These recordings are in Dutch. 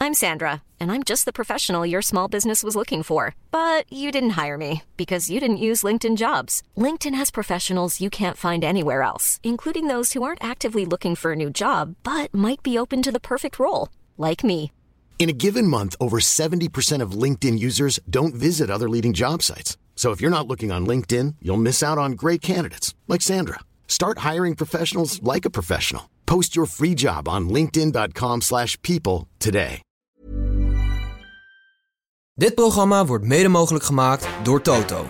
I'm Sandra, and I'm just the professional your small business was looking for. But you didn't hire me because you didn't use LinkedIn Jobs. LinkedIn has professionals you can't find anywhere else, including those who aren't actively looking for a new job, but might be open to the perfect role, like me. In a given month, over 70% of LinkedIn users don't visit other leading job sites. So if you're not looking on LinkedIn, you'll miss out on great candidates like Sandra. Start hiring professionals like a professional. Post your free job on linkedin.com/people today. Dit programma wordt mede mogelijk gemaakt door Toto.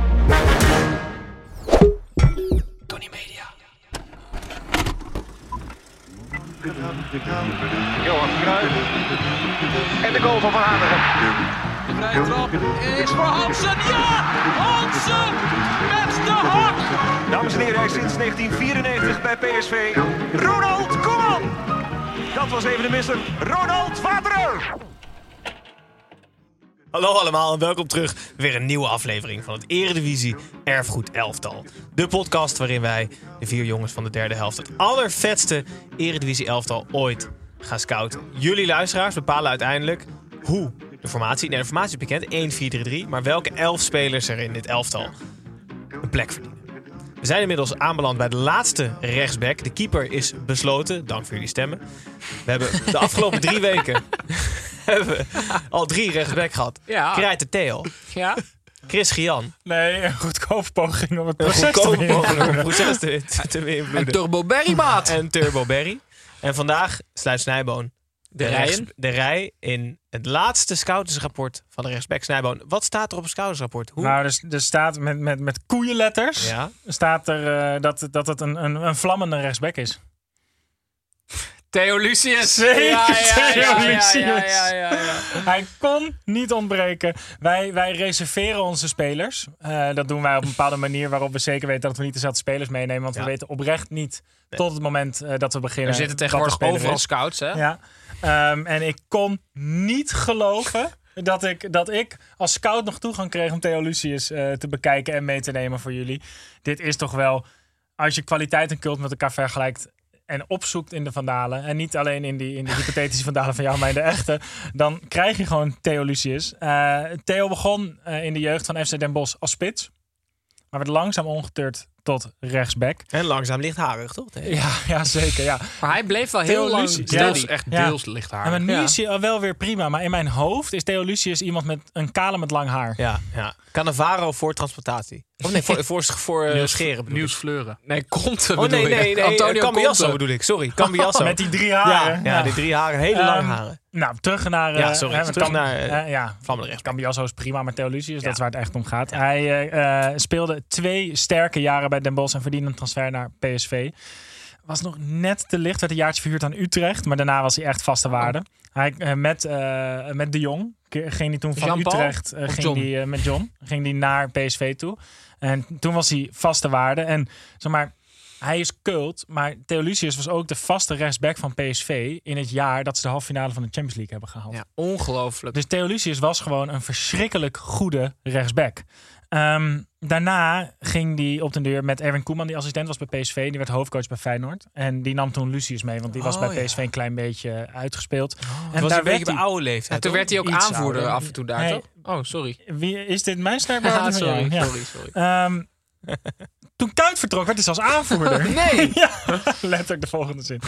Tony Media. Johan Cruijff. En de goal van Van Hanegem. De vrije trap is voor Hansen. Ja! Hansen met de hak! Dames en heren, hij is sinds 1994 bij PSV. Ronald Koeman! Dat was even de misser. Ronald Vader! Hallo allemaal en welkom terug. Weer een nieuwe aflevering van het Eredivisie Erfgoed Elftal. De podcast waarin wij, de 4 jongens van de derde helft, het allervetste Eredivisie Elftal ooit gaan scouten. Jullie luisteraars bepalen uiteindelijk hoe de formatie... Nee, de formatie is bekend, 1-4-3-3. Maar welke 11 spelers er in dit elftal een plek verdienen. We zijn inmiddels aanbeland bij de laatste rechtsback. De keeper is besloten, dank voor jullie stemmen. We hebben de afgelopen 3 weken... hebben we al 3 rechtsback gehad. Ja. Krijt Theo. Ja. Chris Gian. Nee, een goedkope poging om het Een proces goedkope poging om het proces te En beïnvloeden. Turbo Berry, maat. En Turbo Berry. En vandaag sluit Snijboon de rij in het laatste scoutingsrapport van de rechtsback. Snijboon, wat staat er op het scoutingsrapport? Hoe? Nou, er staat met koeienletters staat er dat het een vlammende rechtsback is. Theo Lucius. Zeker, Theo ja. Lucius. Hij kon niet ontbreken. Wij reserveren onze spelers. Dat doen wij op een bepaalde manier waarop we zeker weten dat we niet dezelfde spelers meenemen. Want we weten oprecht niet tot het moment dat we beginnen. Er zitten tegenwoordig overal scouts, hè? Ja. En ik kon niet geloven dat ik als scout nog toegang kreeg om Theo Lucius te bekijken en mee te nemen voor jullie. Dit is toch wel, als je kwaliteit en cult met elkaar vergelijkt en opzoekt in de Vandalen, en niet alleen in de hypothetische Vandalen van jou, maar in de echte, dan krijg je gewoon Theo Lucius. Theo begon in de jeugd van FC Den Bosch als spits, maar werd langzaam omgeturnd tot rechtsback. En langzaam lichtharig, toch? Ja, zeker. Ja. Maar hij bleef wel Theo heel lang Lucius. deels lichthaar. En nu is hij al wel weer prima, maar in mijn hoofd is Theo Lucius iemand met een kale met lang haar. Ja. Cannavaro voor transplantatie. Of nee, voor scheren. Nieuws fleuren. Nee, Conte Oh nee. Antonio Cambiasso Conte. bedoel ik. Sorry, Cambiasso. Met die 3 haren. Ja, die 3 haren. Hele lange haren. Nou, terug naar... Vlammende recht. Cambiasso is prima, maar Theo Lucius, dat is waar het echt om gaat. Ja. Hij speelde 2 sterke jaren bij Den Bosch en verdiende een transfer naar PSV. Was nog net te licht, werd een jaartje verhuurd aan Utrecht, maar daarna was hij echt vaste waarde. Hij, met De Jong ging hij toen van Jean-Paul? Utrecht met John ging hij naar PSV toe. En toen was hij vaste waarde. En zeg maar, hij is cult, maar Theo Lucius was ook de vaste rechtsback van PSV in het jaar dat ze de halve finale van de Champions League hebben gehaald. Ja, ongelooflijk. Dus Theo Lucius was gewoon een verschrikkelijk goede rechtsback. Daarna ging hij op den deur met Erwin Koeman, die assistent was bij PSV. Die werd hoofdcoach bij Feyenoord. En die nam toen Lucius mee, want die was bij PSV een klein beetje uitgespeeld. En was daar een beetje bij oude leeftijd. En toen werd hij ook Iets aanvoerder ouder. af en toe daar, toch? Oh, sorry. Is dit mijn sterkbaar? Sorry. Toen Kuyt vertrok, werd hij zelfs aanvoerder. Nee! Ja, letterlijk de volgende zin.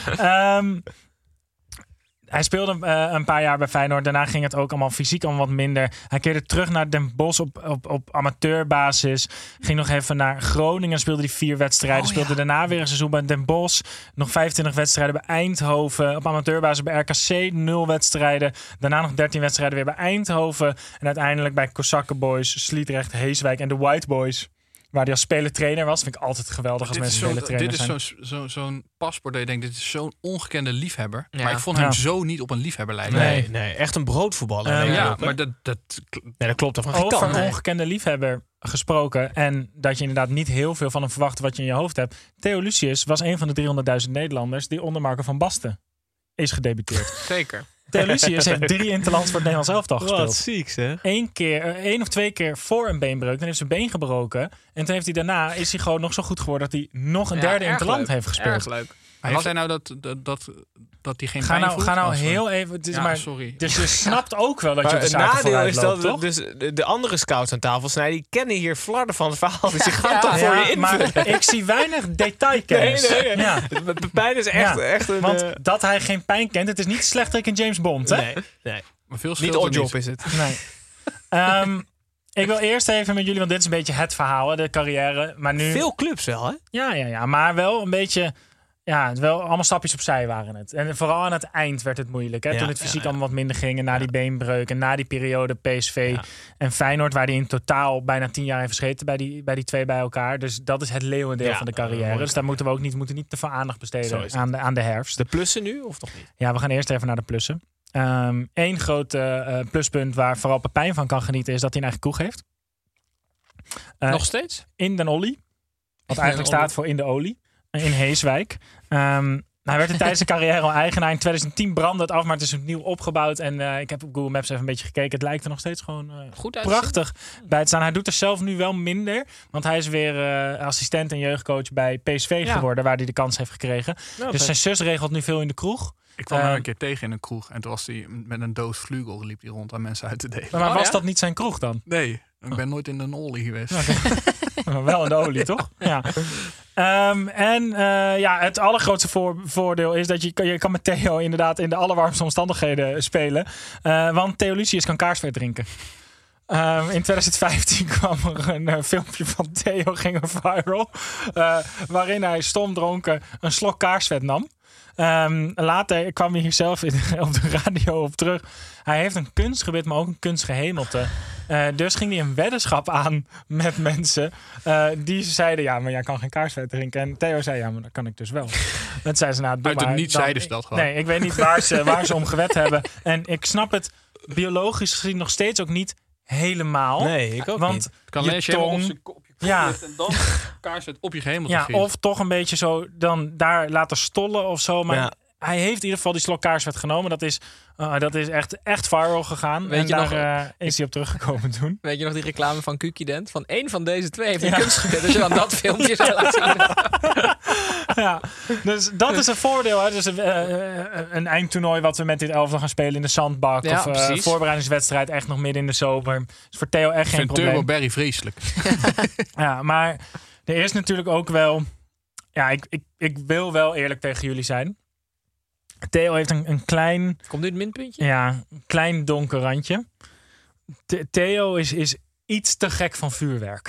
Hij speelde een paar jaar bij Feyenoord. Daarna ging het ook allemaal fysiek allemaal wat minder. Hij keerde terug naar Den Bosch op amateurbasis. Ging nog even naar Groningen. Speelde die 4 wedstrijden. Speelde daarna weer een seizoen bij Den Bosch. Nog 25 wedstrijden bij Eindhoven. Op amateurbasis bij RKC 0 wedstrijden. Daarna nog 13 wedstrijden weer bij Eindhoven. En uiteindelijk bij Kozakenboys, Sliedrecht, Heeswijk en de White Boys. Waar hij als speler-trainer was. Vind ik altijd geweldig als mensen speler-trainer zijn. Dit is zo'n paspoort dat je denkt, dit is zo'n ongekende liefhebber. Ja. Maar ik vond hem zo niet op een liefhebber lijken. Nee, echt een broodvoetballer. Maar dat klopt. Over een ongekende liefhebber gesproken. En dat je inderdaad niet heel veel van hem verwacht wat je in je hoofd hebt. Theo Lucius was een van de 300.000 Nederlanders die onder Marco van Basten is gedebuteerd. Zeker. Theo Lucius heeft 3 interlands voor het Nederlands elftal gespeeld. Wat ziek, zeg. 1 of 2 keer voor een beenbreuk. Dan heeft zijn been gebroken. En toen heeft hij daarna is hij gewoon nog zo goed geworden dat hij nog een derde interland heeft gespeeld. Erg leuk. Wat hij nou dat hij geen Ga pijn voelt? nou Oh, sorry. heel even... Het is Ja, maar, sorry. Dus je snapt ook wel dat je Maar op de het zaken nadeel vooruit is loopt, dat toch? dus de andere scouts aan tafel snijden, die kennen hier flarden van het verhaal. Dus die gaan toch voor je invullen. maar ik zie weinig detailkennis. Nee. Ja. Pepijn is echt een... Want dat hij geen pijn kent, het is niet slechter in James Bond, hè? Nee. Maar veel Niet scheelt er oddjob is het. Nee. Ik wil eerst even met jullie, want dit is een beetje het verhaal, hè, de carrière. Maar nu... Veel clubs wel, hè? Ja, maar wel een beetje... Ja, wel allemaal stapjes opzij waren het. En vooral aan het eind werd het moeilijk. Hè? Toen het fysiek allemaal wat minder ging. En na die beenbreuk. En na die periode PSV en Feyenoord. Waar hij in totaal bijna 10 jaar heeft gescheten bij die twee bij elkaar. Dus dat is het leeuwendeel van de carrière. Dus daar moeten we ook niet te veel aandacht besteden aan de herfst. De plussen nu of toch niet? Ja, we gaan eerst even naar de plussen. Eén groot pluspunt waar vooral Pepijn van kan genieten. Is dat hij een eigen kroeg heeft. Nog steeds? In Den Olly. Wat eigenlijk staat voor In de Olie. In Heeswijk. Hij werd tijdens zijn carrière al eigenaar. In 2010 brandde het af, maar het is opnieuw opgebouwd. En ik heb op Google Maps even een beetje gekeken. Het lijkt er nog steeds gewoon goed uit prachtig bij te staan. Hij doet er zelf nu wel minder. Want hij is weer assistent en jeugdcoach bij PSV geworden. Waar hij de kans heeft gekregen. Dus zijn zus regelt nu veel in de kroeg. Ik kwam hem een keer tegen in een kroeg. En toen was hij met een doos vlugel liep hij rond aan mensen uit te delen. Maar was dat niet zijn kroeg dan? Nee, ik ben nooit in een olie geweest. Maar wel in de olie, toch? Ja. Het allergrootste voordeel is dat je kan met Theo inderdaad in de allerwarmste omstandigheden spelen. Want Theo Lucius kan kaarsvet drinken. In 2015 kwam er een filmpje van Theo, ging er viral. Waarin hij stomdronken een slok kaarsvet nam. Later kwam hij hier zelf op de radio op terug. Hij heeft een kunstgebit, maar ook een kunstgehemelte. Dus ging hij een weddenschap aan met mensen die zeiden, ja, maar jij kan geen kaarsvet drinken. En Theo zei, ja, maar dat kan ik dus wel. Dat zei ze, nou, doe uit maar. het niet-zijde stelt gewoon. Nee, ik weet niet waar ze om gewet hebben. En ik snap het biologisch gezien nog steeds ook niet helemaal. Nee, ik ook niet. Kan je lees je helemaal op tong... zijn kopje Ja. en dan kaarsvet op je gehemelte Ja, gieten. of toch een beetje zo dan daar laten stollen of zo. Maar hij heeft in ieder geval die slok kaarsvet genomen. Dat is echt viral gegaan. Weet en je daar is hij op teruggekomen toen. Weet je nog die reclame van Kukident? Van één van deze twee heeft een kunstgebit. Als je dan dat filmpje zou laten zien. Ja, dus dat is een voordeel. Hè. Dus een eindtoernooi wat we met dit elftal gaan spelen in de zandbak. Ja, of voorbereidingswedstrijd echt nog midden in de zomer. Dus voor Theo echt geen probleem. Turbo Berry vreselijk. Ja, maar er is natuurlijk ook wel... Ja, ik wil wel eerlijk tegen jullie zijn. Theo heeft een klein... Komt nu het minpuntje? Ja, een klein donker randje. Theo is iets te gek van vuurwerk.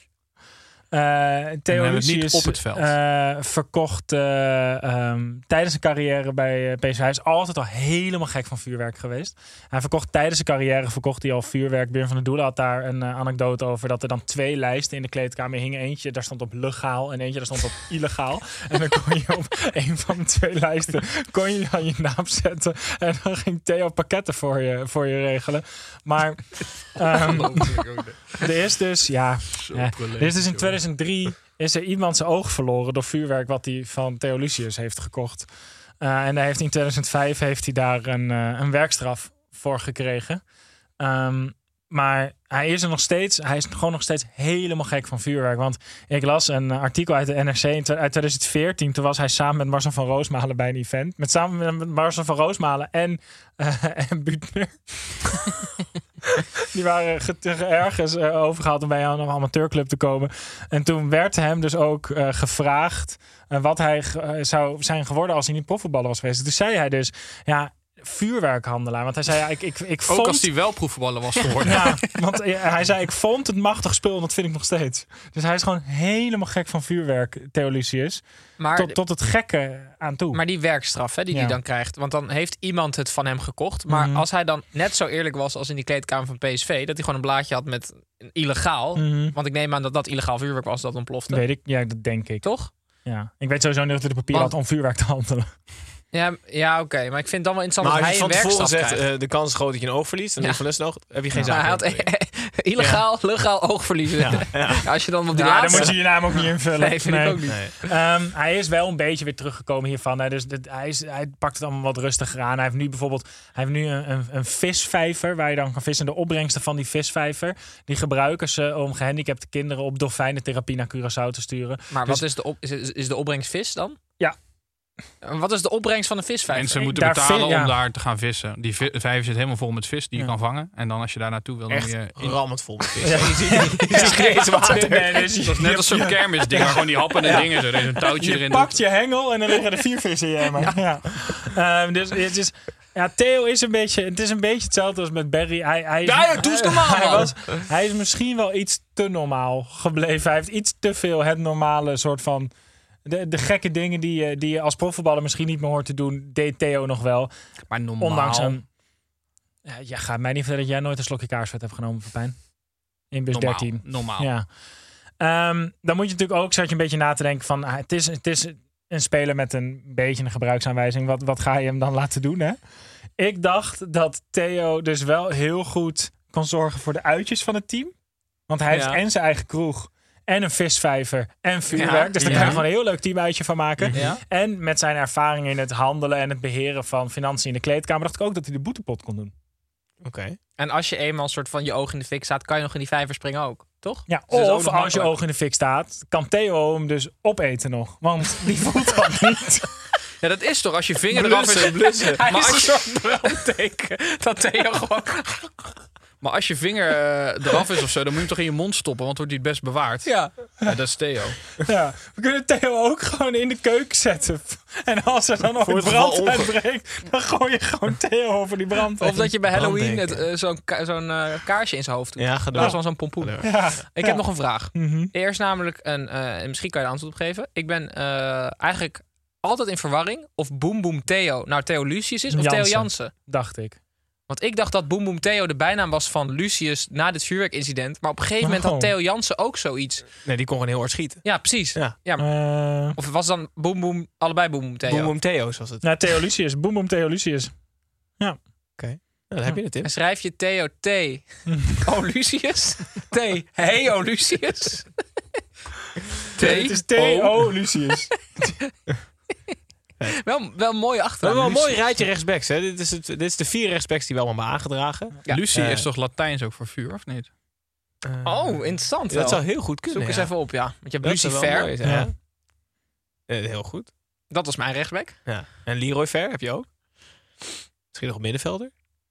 Theo Lucius op het veld. Verkocht tijdens zijn carrière bij PSV. Hij is altijd al helemaal gek van vuurwerk geweest. Hij verkocht tijdens zijn carrière al vuurwerk. Björn van der Doelen had daar een anekdote over dat er dan 2 lijsten in de kleedkamer hingen. Eentje, daar stond op legaal en eentje, daar stond op illegaal. En dan kon je op een van de 2 lijsten kon je dan je naam zetten. En dan ging Theo pakketten voor je regelen. Maar er is dus in 2003 is er iemand zijn oog verloren door vuurwerk wat hij van Theo Lucius heeft gekocht. En hij heeft in 2005 heeft hij daar een werkstraf voor gekregen. Maar hij is gewoon nog steeds helemaal gek van vuurwerk. Want ik las een artikel uit de NRC uit 2014. Toen was hij samen met Marcel van Roosmalen bij een event. Samen met Marcel van Roosmalen en Buutner. Die waren ergens overgehaald om bij een amateurclub te komen. En toen werd hem dus ook gevraagd wat hij zou zijn geworden als hij niet profvoetballer was geweest. Toen zei hij dus, ja, vuurwerkhandelaar. Want hij zei, ja, ik vond... Ook als hij wel proefballer was geworden. Ja, want hij zei, ik vond het machtig spul en dat vind ik nog steeds. Dus hij is gewoon helemaal gek van vuurwerk, Theo Lucius. Maar tot het gekke aan toe. Maar die werkstraf die hij dan krijgt. Want dan heeft iemand het van hem gekocht. Maar als hij dan net zo eerlijk was als in die kleedkamer van PSV... dat hij gewoon een blaadje had met illegaal. Want ik neem aan dat illegaal vuurwerk was dat ontplofte. Weet ik, ja, dat denk ik. Toch? Ja. Ik weet sowieso niet of hij de papier had om vuurwerk te handelen. Ja, oké. Maar ik vind het dan wel interessant maar dat hij een werkstraf zegt, krijgt. de kans is groot dat je een oog verliest. En dan van een oog heb je geen zaak. Hij had legaal oogverliezen. Ja. Als je dan op die dan moet je je naam ook niet invullen. Nee, vind ik ook niet. Nee. Hij is wel een beetje weer teruggekomen hiervan. Hè. Dus hij pakt het allemaal wat rustiger aan. Hij heeft nu bijvoorbeeld een visvijver waar je dan kan vissen. De opbrengsten van die visvijver, die gebruiken ze om gehandicapte kinderen op dolfijnentherapie naar Curaçao te sturen. Maar dus, wat is de opbrengst vis dan? Ja. Wat is de opbrengst van een visvijver? Mensen moeten betalen om daar te gaan vissen. Die vijver zit helemaal vol met vis die je kan vangen. En dan als je daar naartoe wil... Echt dan rammend vol met vis. Je ziet geen water. Dat is net als zo'n kermisding waar gewoon die happende dingen zo. Er is een touwtje erin. Je pakt je hengel en dan liggen er 4 vissen in je emmer. Dus het is... Ja, Theo is een beetje hetzelfde als met Barry. Doe eens normaal, hij is misschien wel iets te normaal gebleven. Hij heeft iets te veel het normale soort van... De gekke dingen die je als profvoetballer misschien niet meer hoort te doen, deed Theo nog wel. Maar normaal. Ondanks een... Ja, gaat mij niet vertellen dat jij nooit een slokje kaarsvet hebt genomen, Pepijn. In bus 13. Normaal. Ja. Dan moet je natuurlijk ook, zat je een beetje na te denken van... Het is een speler met een beetje een gebruiksaanwijzing. Wat ga je hem dan laten doen, hè? Ik dacht dat Theo dus wel heel goed kon zorgen voor de uitjes van het team. Want hij heeft en zijn eigen kroeg... en een visvijver en vuurwerk. Dus daar kan je gewoon een heel leuk teamuitje van maken. Ja. En met zijn ervaring in het handelen en het beheren van financiën in de kleedkamer... dacht ik ook dat hij de boetepot kon doen. Oké. En als je eenmaal soort van je oog in de fik staat... kan je nog in die vijver springen ook, toch? Ja, of als je oog in de fik staat... kan Theo hem dus opeten nog. Want die voelt dat niet. Ja, dat is toch als je vinger eraf is... Blussen. Hij is een soort brandteken. Dat Theo gewoon... Maar als je vinger eraf is of zo, dan moet je hem toch in je mond stoppen, want wordt die het best bewaard. Ja. Dat is Theo. Ja, we kunnen Theo ook gewoon in de keuken zetten. En als er dan ooit brand uitbreekt, dan gooi je gewoon Theo over die brand. Of dat je bij Halloween zo'n kaarsje in zijn hoofd doet. Ja, dat is dan zo'n pompoen. Ja. Ik heb nog een vraag. Mm-hmm. Eerst namelijk, misschien kan je er antwoord op geven. Ik ben eigenlijk altijd in verwarring of Boem Boem Theo nou Theo Lucius is of Theo Jansen. Dacht ik. Want ik dacht dat Boem Boem Theo de bijnaam was van Lucius na dit vuurwerkincident. Maar op een gegeven moment had Theo Jansen ook zoiets. Nee, die kon gewoon heel hard schieten. Ja, precies. Ja. Of was dan Boem Boem, allebei Boem Boem Theo? Boem Boem Theo's was het. Nou, Theo Lucius. Boem Boem Theo Lucius. Ja. Oké. Nou, dan heb je het, Tim. En schrijf je Theo T. O Lucius? T. Hey O Lucius? T. Het is T.O. Lucius. Wel een mooie achternaam. Wel een mooi rijtje rechtsbacks. Hè? Dit is de 4 rechtsbacks die we allemaal hebben aangedragen. Ja. Lucie is toch Latijns ook voor vuur, of niet? Interessant. Dat zou heel goed kunnen. Zoek eens even op, ja. Want je hebt dat Lucifer. Ja. Heel goed. Dat was mijn rechtsback. Ja. En Leroy Ver heb je ook. Misschien nog een middenvelder.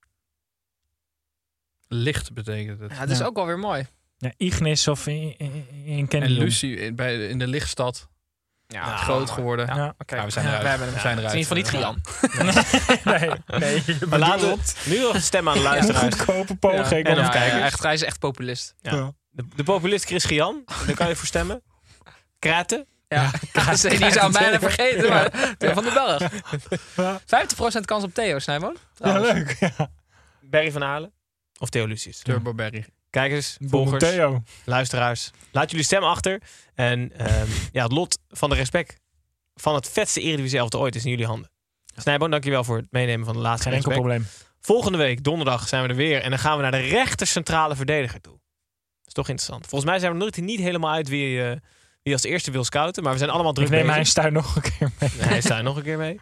Licht betekent het. Ja, dat is ook wel weer mooi. Ja, Ignis of in Kenny. En Lucie in de lichtstad. Ja, groot geworden. Ja. Okay. We zijn eruit. We zijn eruit. Het is in ieder geval niet Gian. Nee. Maar laten we nu nog een stem aan de luisteraars. Goedkope poging. En of kijkers. Echt, hij is echt populist. Ja. De populist Chris Gian. Daar kan je voor stemmen. Kraten. Ja, die zou bijna vergeten. Maar Theo van den Berg. 50% kans op Theo, Snijboon. Ja, leuk. Ja. Barry van Aalen. Of Theo Lucius. Turbo Barry. Kijkers, volgers, Theo. Luisteraars. Laat jullie stem achter. En het lot van de respect van het vetste Eredivisie elftal ooit is in jullie handen. Snijboon, dankjewel voor het meenemen van de laatste Geen enkel probleem. Volgende week, donderdag, zijn we er weer. En dan gaan we naar de rechter centrale verdediger toe. Dat is toch interessant. Volgens mij zijn we er niet helemaal uit wie als eerste wil scouten. Maar we zijn allemaal druk bezig. Ik neem Einstein nog een keer mee. Einstein nog een keer mee.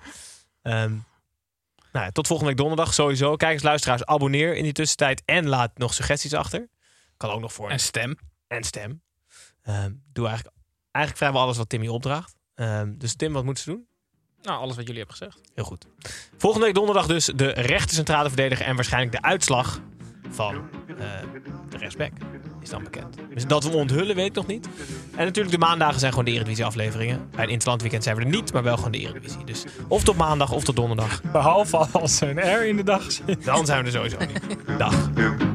Tot volgende week donderdag sowieso. Kijkers, luisteraars, abonneer in die tussentijd. En laat nog suggesties achter. Kan ook nog voor. En stem. Doe eigenlijk vrijwel alles wat Tim hier opdraagt. Dus Tim, wat moeten ze doen? Nou, alles wat jullie hebben gezegd. Heel goed. Volgende week donderdag dus de rechter centrale verdediger. En waarschijnlijk de uitslag van de rechtsback is dan bekend. Dus dat we onthullen weet ik nog niet. En natuurlijk de maandagen zijn gewoon de Eredivisie afleveringen. Bij een interlandweekend zijn we er niet, maar wel gewoon de Eredivisie. Dus of tot maandag of tot donderdag. Behalve als er een R in de dag zit. Dan zijn we er sowieso niet. Dag.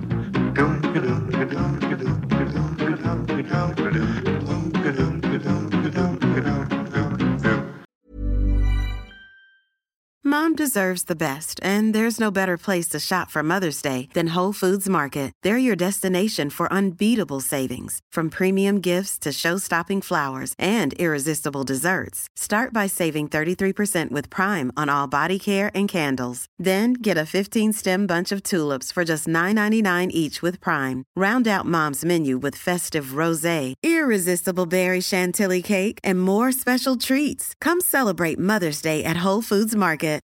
Mom deserves the best, and there's no better place to shop for Mother's Day than Whole Foods Market. They're your destination for unbeatable savings, from premium gifts to show-stopping flowers and irresistible desserts. Start by saving 33% with Prime on all body care and candles. Then get a 15-stem bunch of tulips for just $9.99 each with Prime. Round out Mom's menu with festive rosé, irresistible berry chantilly cake, and more special treats. Come celebrate Mother's Day at Whole Foods Market.